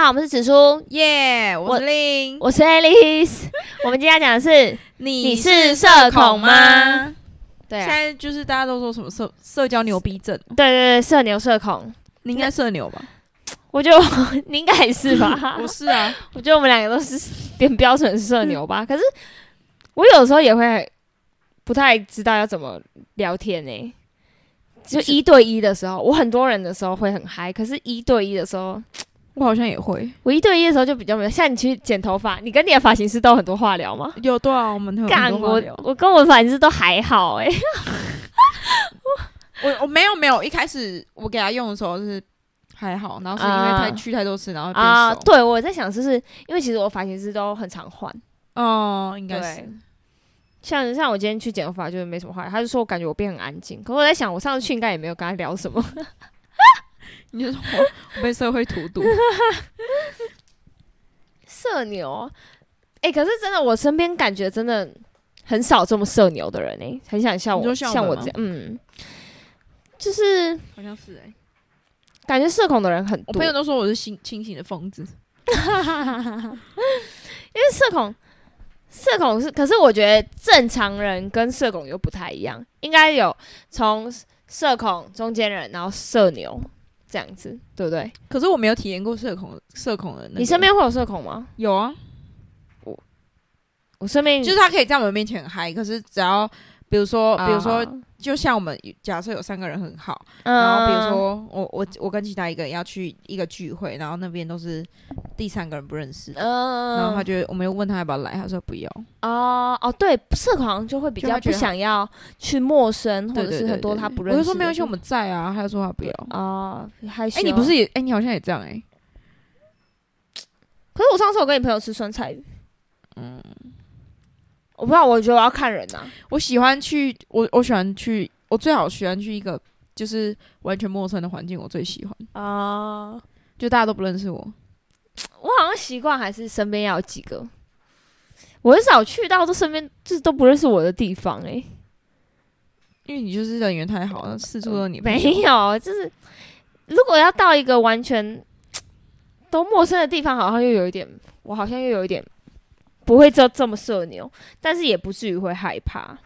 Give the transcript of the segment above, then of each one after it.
好，我们是紫苏， 耶、我是令， 我是 Alice。我们今天要讲的是你是社恐吗？对现啊， 在就是大家都说什么社交牛逼症， 对对对，社牛社恐， 你应该社牛吧？ 我觉得你应该也是吧？ 我是啊， 我觉得我们两个都是偏标准社牛吧。可是我有时候也会不太知道要怎么聊天呢、就一对一的时候，我很多人的时候会很嗨，可是一对一的时候， 我好像也会。 我一对一的时候就比较没有。像你去剪头发，你跟你的发型师都有很多话聊吗？ 有对啊，我们有干很多话聊。 我跟我发型师都还好我没有，一开始我给他用的时候是还好，然后是因为去太多次，然后变熟。 对，我在想就是因为其实我发型师都很常换， 哦，应该是对。像我今天去剪头发就是没什么话，他就说我感觉我变很安静，可我在想我上次去应该也没有跟他聊什么。 你就说我被社会荼毒。 社牛，可是真的我身边感觉真的很少这么社牛的人很想像我你说像我吗像我这样，就是好像是感觉社恐的人很多。 我朋友都说我是清醒的疯子。 因为社恐是，可是我觉得正常人跟社恐又不太一样，应该有从社恐、中间人，然后社牛这样子，对不对？ 可是我没有体验过社恐的、 你身边会有社恐吗？ 有啊， 我身边就是他可以在我们面前很嗨，可是只要比如说， 啊就像我们假设有3个人很好，然后比如说我跟其他一个人要去一个聚会，然后那边都是第3个人不认识，然后我们又问他要不要来，他说不要。 对，社恐好像就会比较不想要去陌生，或者是很多他不认识的。 我就说没关系，我们在啊，他就说他不要。 害羞。 你不是也你好像也这样可是我上次有跟你朋友吃酸菜鱼，我不知道，我觉得我要看人啊。 我喜欢去，我喜欢去，我最好喜欢去一个就是完全陌生的环境，我最喜欢就大家都不认识我。 我好像习惯还是身边要有几个，我很少去到身边就是都不认识我的地方因为你就是人缘太好了，四处都是你朋友。 没有，就是如果要到一个完全都陌生的地方，好像又有一点，我好像又有一点不会这么社牛，但是也不至于会害怕。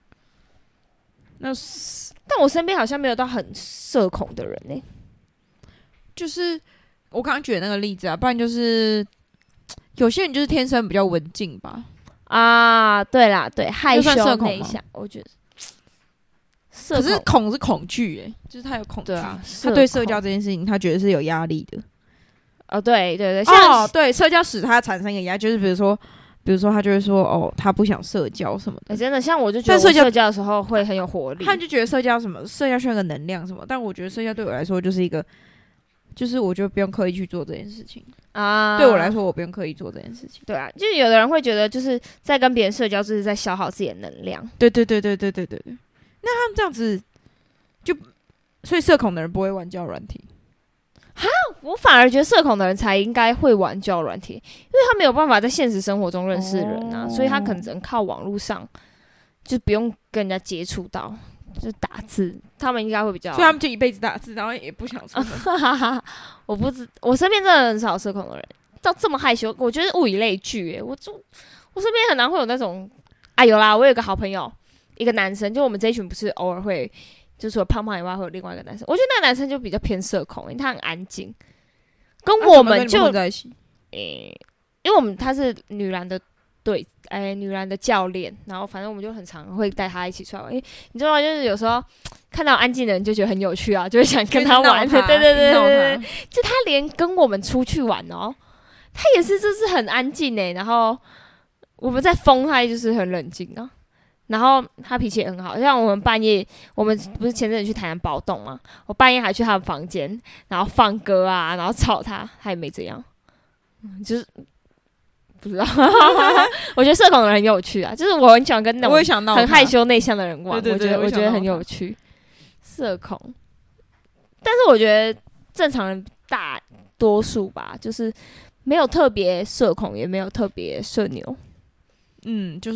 但我身边好像没有到很社恐的人就是我刚刚举的那个例子啊，不然就是有些人就是天生比较文静吧。 对啦，对，害羞社恐内向，我觉得。 可是恐是恐惧就是他有恐惧，他对社交这件事情他觉得是有压力的。 对对对， 对，社交使他产生一个压力，就是比如说他就会说他不想社交什么的。 真的，像我就觉得我社交的时候会很有活力， 他就觉得社交需要一个能量什么，但我觉得社交对我来说就是一个，就是我就不用刻意去做这件事情对我来说，我不用刻意做这件事情。 对啊，就是有的人会觉得就是在跟别人社交，就是在消耗自己的能量。 对。那他们这样子，所以社恐的人不会玩交友软体。 我反而觉得社恐的人才应该会玩交友软体，因为他没有办法在现实生活中认识人啊，所以他可能只能靠网络上，就不用跟人家接触到，就打字。他们应该会比较， 所以他们就一辈子打字，然后也不想出门。 我身边真的很少社恐的人，到这么害羞，我觉得物以类聚我身边很难会有那种有啦，我有一个好朋友，一个男生，就我们这一群不是偶尔会。就除了胖胖以外，会有另外一个男生。我觉得那个男生就比较偏社恐，因为他很安静，跟我们就在一起。 因为他是女篮的女篮的教练，然后反正我们就很常会带他一起出来玩。你知道吗？就是有时候看到安静的人就觉得很有趣啊，就会想跟他玩。对，就他连跟我们出去玩他也是就是很安静然后我们在疯，他就是很冷静然后他脾气也很好，像我们半夜，我们不是前阵子去台南宝洞吗？我半夜还去他的房间，然后放歌然后吵他也没这样，就是不知道。我觉得社恐的人很有趣啊，就是我很喜欢跟那种很害羞内向的人玩，我觉得很有趣。社恐，但是我觉得正常人大多数吧，就是没有特别社恐，也没有特别社牛。 就是。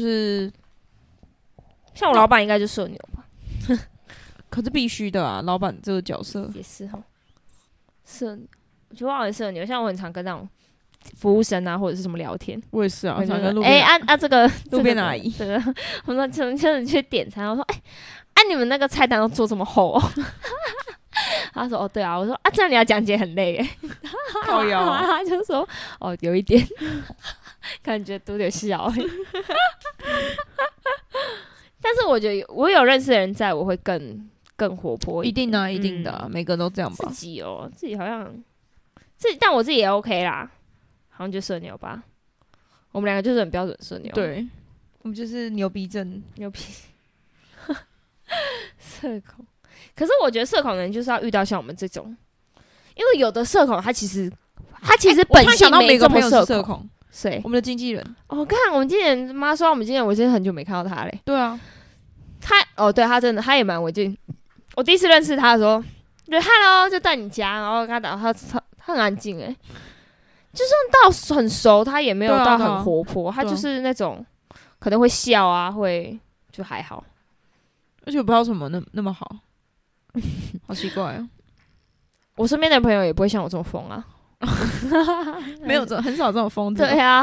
像我老板应该就社牛吧， 可是必须的老板这个角色也是社牛，我觉得我好像社牛，像我很常跟那种服务生啊，或者是什么聊天。 我也是啊，常跟路边这个路边的阿姨， 对，我们就是去点餐，我说你们那个菜单都做这么厚哦。他说对啊，我说这样你要讲解很累耶。 靠腰啊， 他就说有一点，感觉都有笑。但是我觉得我有认识的人在，我会更活泼一点。一定的，每个人都这样吧。 自己好像但我自己也 OK 啦，好像就社牛吧。我们两个就是很标准社牛。 对，我们就是牛逼症， 牛逼。社恐，可是我觉得社恐的人就是要遇到像我们这种，因为有的社恐他其实本性没这么社恐。谁？ 我们的经纪人。 看我们经纪人，妈说我们经纪人，我真的很久没看到他嘞。 对啊， 对他真的，他也蛮文静。我第一次认识他的时候，就 Hello 就到你家，然后跟他打，他很安静就算到很熟，他也没有到很活泼，他就是那种可能会笑啊，就还好。 而且我不知道什么那么好，好奇怪哦。 我身边的朋友也不会像我这么疯啊。 没有很少这种疯子。 对啊，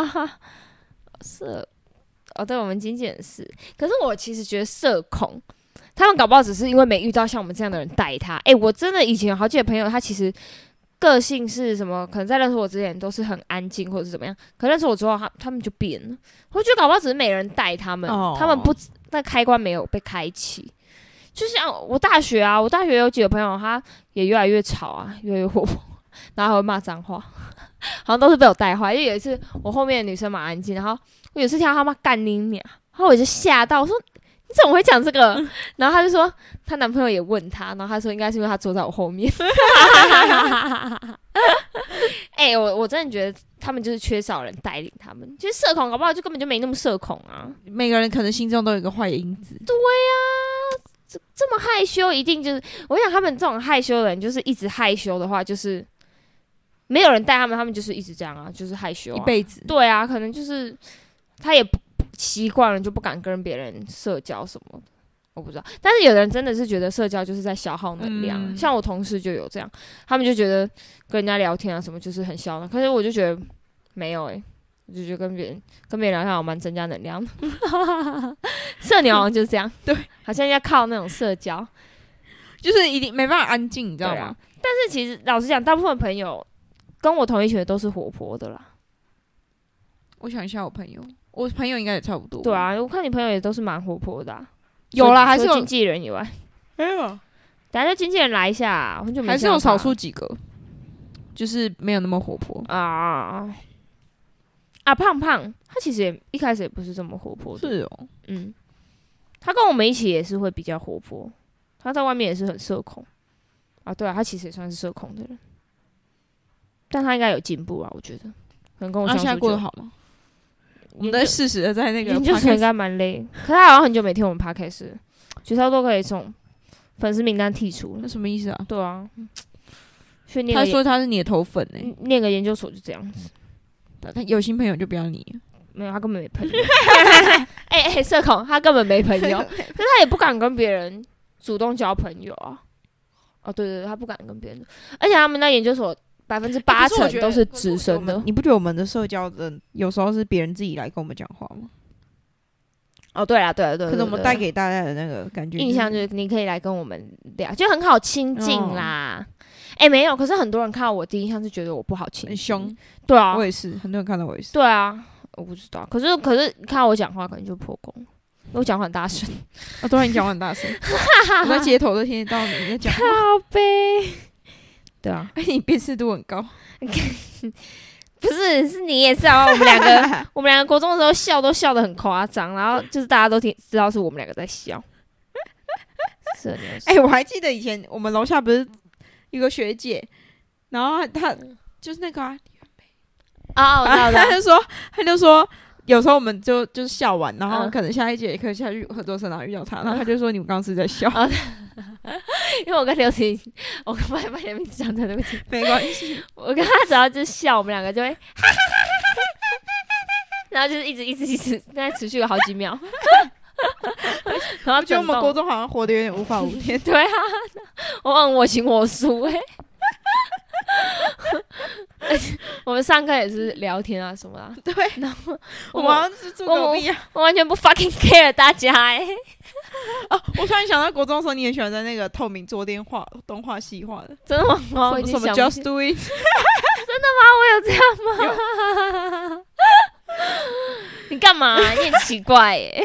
对，我们经纪人是。可是我其实觉得社恐，他们搞不好只是因为没遇到像我们这样的人带他。我真的以前有好几个朋友，他其实个性是什么？可能在认识我之前都是很安静或者是怎么样，可认识我之后，他们就变了。我觉得搞不好只是没人带他们，他们那开关没有被开启。就像我大学有几个朋友，他也越来越吵啊，越来越活泼。然后还会骂脏话，好像都是被我带坏。因为有一次我后面的女生蛮安静，然后我有一次听到她骂干你娘，然后我就吓到，我说你怎么会讲这个？然后她就说她男朋友也问她，然后她说应该是因为她坐在我后面。我真的觉得他们就是缺少人带领他们。其实社恐搞不好就根本就没那么社恐啊， 每个人可能心中都有一个坏因子。 对啊，这么害羞，一定就是我想他们这种害羞的人，就是一直害羞的话，就是没有人带他们就是一直这样啊，就是害羞一辈子。 对啊，可能就是他也不习惯了，就不敢跟别人社交什么的，我不知道。但是有的人真的是觉得社交就是在消耗能量，像我同事就有这样，他们就觉得跟人家聊天啊什么就是很消耗，可是我就觉得没有我就觉得跟别人聊天好像蛮增加能量的。社牛好像就是这样， 对， 好像要靠那种社交， 就是一定没办法安静，你知道吗？ 但是其实老实讲，大部分朋友跟我同一群的都是活泼的啦。 我想一下，我朋友应该也差不多。 对啊，我看你朋友也都是蛮活泼的有啦，还是有经纪人以外， 没有。 等下叫经纪人来一下，很久没。 还是有少数几个，就是没有那么活泼胖胖，他其实一开始也不是这么活泼的。 是哦， 他跟我们一起也是会比较活泼，他在外面也是很社恐对啊，他其实也算是社恐的人，但他应该有进步啊，我觉得。可能跟我相处现在过得好吗？我们在适时的在那个研究所应该蛮累，可是他好像很久没听我们 podcast， 觉得他都可以从粉丝名单剔除了。 那什么意思啊？ 对啊， 他说他是你的头粉念个研究所就这样子。 他有新朋友就不要你， 没有，他根本没朋友。社恐，他根本没朋友，可是他也不敢跟别人主动交朋友啊。对，他不敢跟别人，而且他们那研究所80%都是直升的。 你不觉得我们的社交的有时候是别人自己来跟我们讲话吗？ 对啊，可能我们带给大家的那个感觉、 印象就是你可以来跟我们聊，就很好亲近啦。没有，可是很多人看到我第一印象是觉得我不好亲近， 很凶。 对啊， 我也是，很多人看到我也是。 对啊，我不知道，可是看到我讲话可能就破功，因为我讲话很大声。 对，你讲话很大声，我在街头都听得到你在讲话。 靠北。对啊， 你辨识度很高。 不是你也是啊，我们两个国中的时候笑都笑得很夸张，然后就是大家都知道是我们两个在笑。 我还记得以前我们楼下不是有个学姐，然后她就是那个我知道， 她就说有时候我们就是笑完，然后可能下一节课下去合作社，然后遇到她，然后她就说你们刚刚是在笑。 因为我跟刘婷，我把你的名字讲在对不起， 没关系。 我跟他只要就笑，我们两个就会然后就是一直，大概持续了好几秒。然后我觉得我们国中好像活得有点无法无天。 对啊，我行我素我们上课也是聊天啊什么啊， 对， 然后我们好像是住隔壁啊， 我完全不 fucking care 大家我突然想到国中的时候，你也喜欢在那个透明桌垫画动画细画的， 真的吗？我已经什么 Just Do It， 真的吗？我有这样吗？你干嘛？你很奇怪耶。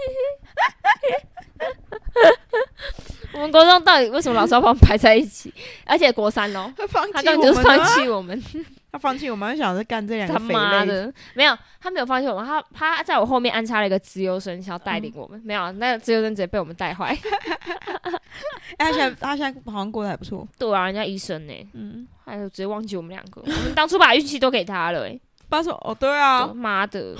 我们国中到底为什么老师要把我们排在一起？而且国三咯，他根本就是放弃我们。 他放弃我们，想着干这两个他肥类妈的，没有，他没有放弃我们，他在我后面安插了一个资优生，想要带领我们。没有，那个资优生直接被我们带坏。 他现在好像过得还不错。 对啊，人家医生呢，还有直接忘记我们两个。我们当初把运气都给他了爸说哦，对啊， 妈的，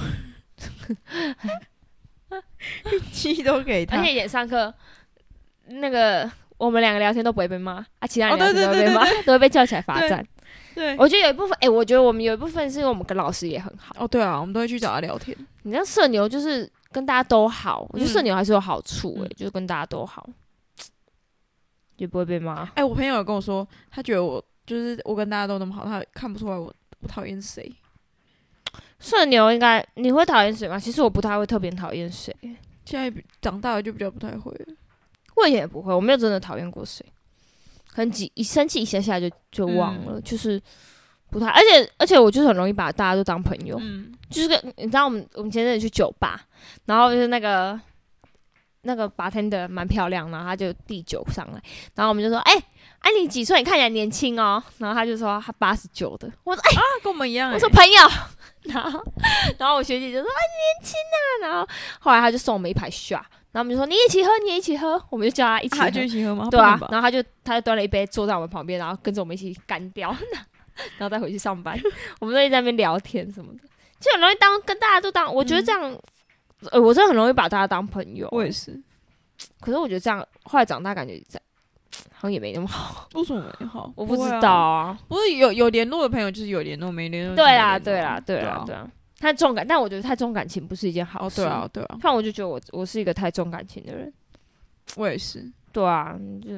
运气都给他。 而且以前上课那个我们两个聊天都不会被骂啊，其他人聊天都会被骂，都会被叫起来罚站。 对， 我觉得有一部分，我觉得我们有一部分是因为我们跟老师也很好。 哦，对啊，我们都会去找他聊天。 你知道社牛就是跟大家都好，我觉得社牛还是有好处就是跟大家都好，也不会被骂。 我朋友有跟我说，他觉得我就是我跟大家都那么好，他看不出来我讨厌谁。 社牛应该你会讨厌谁吗？其实我不太会特别讨厌谁。 现在长大了就比较不太会了。 我以前也不会，我没有真的讨厌过谁。很一生气一下下就忘了，就是不太，而且我就是很容易把大家都当朋友，就是你知道我们前阵子去酒吧，然后就是那个 bartender 蛮漂亮，然后他就递酒上来，然后我们就说，你几岁？你看起来年轻哦，然后他就说他89的，我说跟我们一样， 我说朋友，然后我学姐就说年轻啊，然后后来他就送我们一排 shot。然后我们就说你也一起喝，我们就叫他一起喝。 他就一起喝吗？ 对啊，然后他就端了一杯坐在我们旁边，然后跟着我们一起干掉，然后再回去上班。我们都一直在那边聊天什么的，就很容易跟大家都当。我觉得这样，我真的很容易把大家当朋友。 我也是， 可是我觉得这样后来长大，感觉好像也没那么好。 为什么没好？ 我不知道啊。 不是有联络的朋友就是有联络，没联络。 对啦。太重感，但我觉得太重感情不是一件好事。 对啊。 像我就觉得我是一个太重感情的人。 我也是。 对啊，就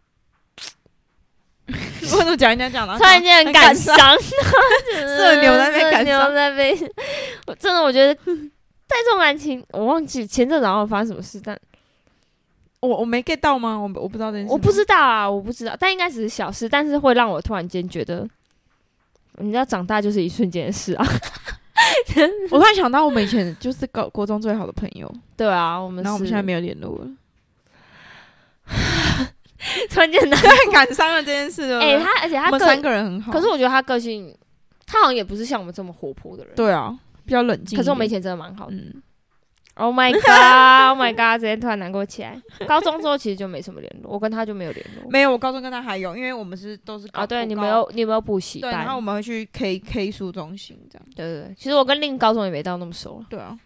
我怎么讲人家讲的？ 突然间很感伤， 社牛在那边感伤， 我真的我觉得太重感情，我忘记前阵子然后发生什么事，但我没 get 到吗？我不知道这件事。 我不知道啊，我不知道，但应该只是小事，但是会让我突然间觉得，你知道长大就是一瞬间的事啊。 我突然想到，我们以前就是国中最好的朋友。 对啊，然后我们现在没有联络了。突然间很感伤了这件事了。 而且他我们3个人很好， 可是我觉得他个性，他好像也不是像我们这么活泼的人。 对啊，比较冷静。 可是我们以前真的蛮好的。Oh my god! Oh my god! 直接突然难过起来。高中之后其实就没什么联络，我跟他就没有联络。 没有，我高中跟他还有，因为我们都是对，你们有补习班， 对，然后我们会去 K 书中心这样。 对，其实我跟另高中也没到那么熟。 对啊。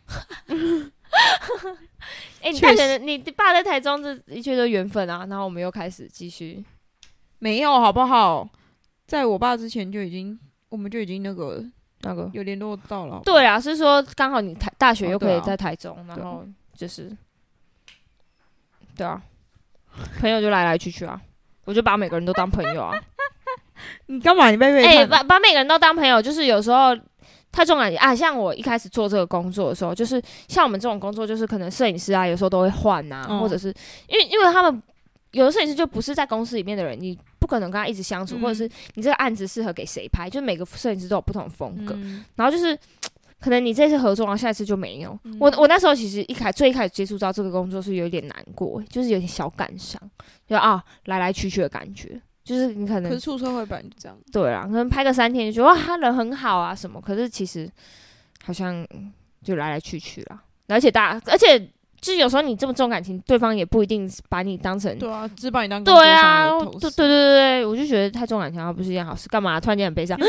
你大学你爸在台中，这一切都缘分啊。然后我们又开始继续， 没有好不好？在我爸之前我们就已经那个有联络到了。 对啊，是说刚好你大学又可以在台中，然后就是对啊，朋友就来去啊，我就把每个人都当朋友啊。 你干嘛？你被把每个人都当朋友，就是有时候太重感情啊。像我一开始做这个工作的时候，就是像我们这种工作，就是可能摄影师啊，有时候都会换啊，或者是因为他们有的摄影师就不是在公司里面的人，你不可能跟他一直相处，或者是你这个案子适合给谁拍，就每个摄影师都有不同的风格，然后就是可能你这次合作，然后下一次就没有。我那时候其实最一开始接触到这个工作是有点难过，就是有点小感伤，就来去的感觉。就是你可是出社会版就这样。 对啦，可能拍个3天就觉得哇，他人很好啊什么，可是其实好像就来去啦。而且就是有时候你这么重感情，对方也不一定把你当成。 对啊，只把你当工作上的投资。 对，我就觉得太重感情它不是一件好事，干嘛突然间很悲伤？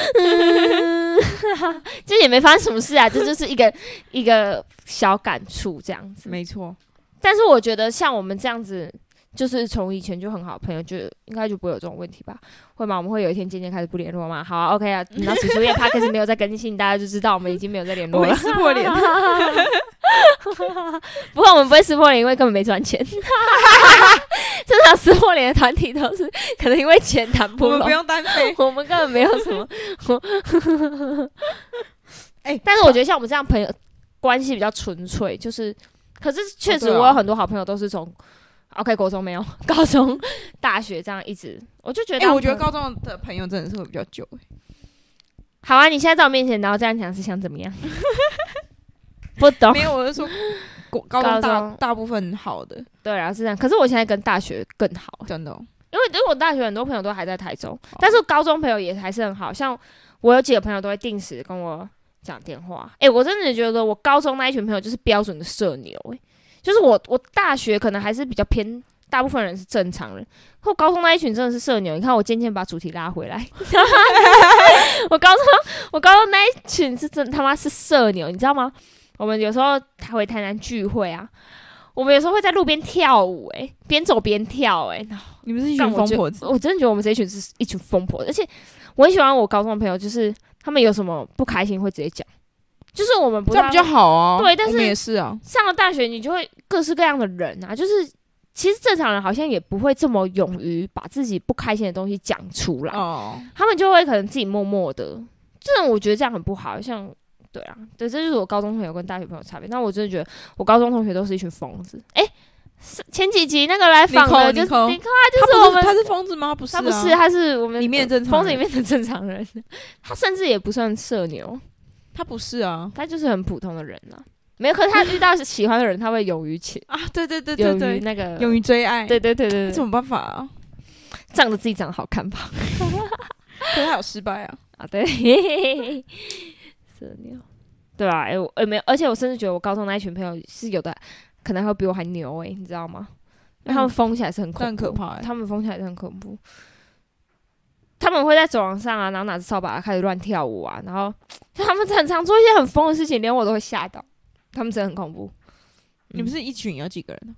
这也没发生什么事啊，这就是一个小感触这样子。 没错。 但是我觉得像我们这样子。就是从以前就很好的朋友，就应该就不会有这种问题吧？会吗？我们会有一天渐渐开始不联络吗？好，OK 啊。你知道史书叶 Podcast 没有在更新，大家就知道我们已经没有在联络了。 我撕破脸。 不过我们不会撕破脸，因为根本没赚钱。真常撕破脸的团体都是可能因为钱谈不拢， 我们不用单飞， 我们根本没有什么。但是我觉得像我们这样朋友关系比较纯粹，就是，可是确实我有很多好朋友都是从，OK， 国中没有，高中、大学这样一直，我就觉得， 我觉得高中的朋友真的是会比较久。 好啊，你现在在我面前，然后这样讲是想怎么样？不懂。 没有，我是说高中大部分好的。 对啊，是这样。可是我现在跟大学更好， 真的、 因为我大学很多朋友都还在台中，但是高中朋友也还是很好。像我有几个朋友都会定时跟我讲电话。我真的觉得我高中那一群朋友就是标准的社牛。就是我大学可能还是比较偏。大部分人是正常人，我高中那一群真的是社牛。你看，我渐渐把主题拉回来。我高中那一群是真他妈是社牛，你知道吗？我们有时候回台南聚会啊，我们有时候会在路边跳舞，边走边跳， 你们是一群疯婆子。 我真的觉得我们这一群是一群疯婆子，而且我很喜欢我高中的朋友，就是他们有什么不开心会直接讲。就是我们不这样比较好啊。 对，但是也是啊。 上了大学，你就会各式各样的人啊，就是。其实正常人好像也不会这么勇于把自己不开心的东西讲出来，他们就会可能自己默默的。这种我觉得这样很不好，像对啊，对，这就是我高中朋友跟大学朋友差别。那我真的觉得我高中同学都是一群疯子。前几集那个来访的就是尼克啊，就是我们他是疯子吗？不是、啊， 他不是，他是我们里面正常疯子里面的正常人。他甚至也不算社牛， 他不是啊， 他就是很普通的人啊。没有，可是他遇到喜欢的人，他会勇于啊，对， 勇于那个， 勇于追爱， 对， 怎么办法啊？ 仗着自己长得好看吧？ 可是他有失败啊！ 对，社牛，对啊，没有，而且我甚至觉得我高中那一群朋友是有的，可能会比我还牛你知道吗？因为他们疯起来是很恐怖， 很可怕他们疯起来是很恐怖。他们会在走廊上啊，然后拿着扫把开始乱跳舞啊，然后他们很常做一些很疯的事情，连我都会吓到。他们真的很恐怖。 你们是一群有几个人呢？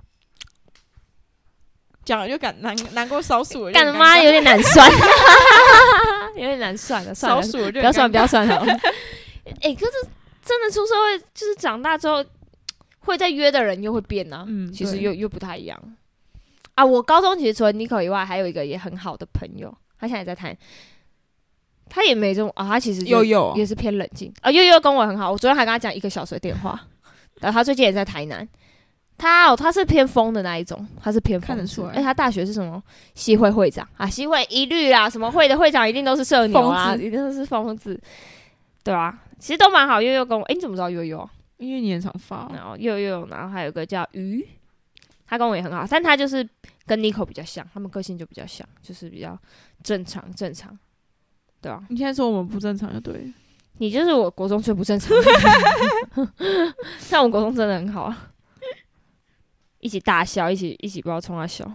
讲了就难过少数了， 干妈有点难算，有点难算了，算了， 少数了就不要算了。可是真的出社会，就是长大之后会再约的人又会变啊，其实又不太一样啊。我高中其实除了 Nico 以外，还有一个也很好的朋友，他现在也在谈。他也没这种他其实有也是偏冷静啊。悠跟我很好，我昨天还跟他讲1个小时的电话。然后他最近也在台南，他是偏疯的那一种，他是偏疯， 看得出来。 他大学是什么系会会长啊？系会一律啦，什么会的会长一定都是社牛啊，一定都是疯子，对啊，其实都蛮好。悠跟我，你怎么知道悠啊？ 因为你很常发。 然后悠，然后还有个叫鱼，他跟我也很好，但他就是跟 Nico 比较像，他们个性就比较像，就是比较正常，对啊。 你现在说我们不正常就对了。 你就是我国中最不正常的但我国中真的很好啊，一起大笑，一起不知道冲他笑，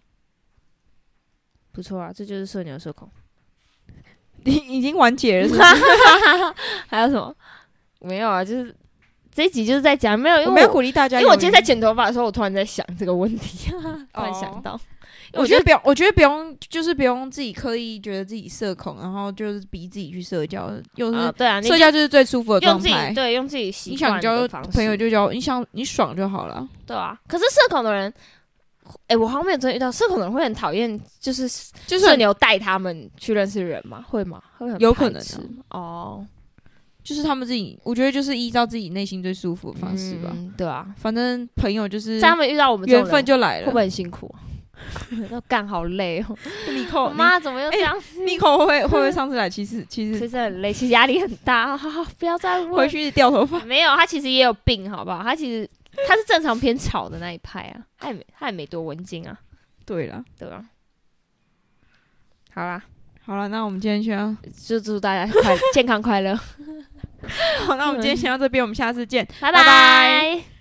不错啊，这就是社牛社恐。 你已经完结了是不是？ 还有什么？没有啊，就是这一集就是在讲没有，因为我没有鼓励大家， 因为我今天在剪头发的时候，我突然在想这个问题，突然想到。 我觉得不用，就是不用自己刻意觉得自己社恐，然后就是逼自己去社交，又是对啊， 社交就是最舒服的状态。 用自己习惯的方式， 你想交朋友就交，你爽就好了。 对啊，可是社恐的人，我好像没有真的遇到社恐的人会很讨厌，就是社牛带他们去认识人吗？会吗？会很有可能哦。 就是他们自己，我觉得就是依照自己内心最舒服的方式吧。 对啊， 反正朋友就是在他们遇到我们缘分就来了， 会不会很辛苦？要干好累哦。 Nico， 妈怎么又这样子 ？Nico 会不会上次来？其实很累，其实压力很大。好，不要再问。 回去掉头发。 没有，他其实也有病，好不好？他是正常偏吵的那一派啊，他也没多文静啊。 对了， 对吧？好啦， 那我们今天就祝大家健康快乐。 好，那我们今天先到这边，我们下次见， 拜拜。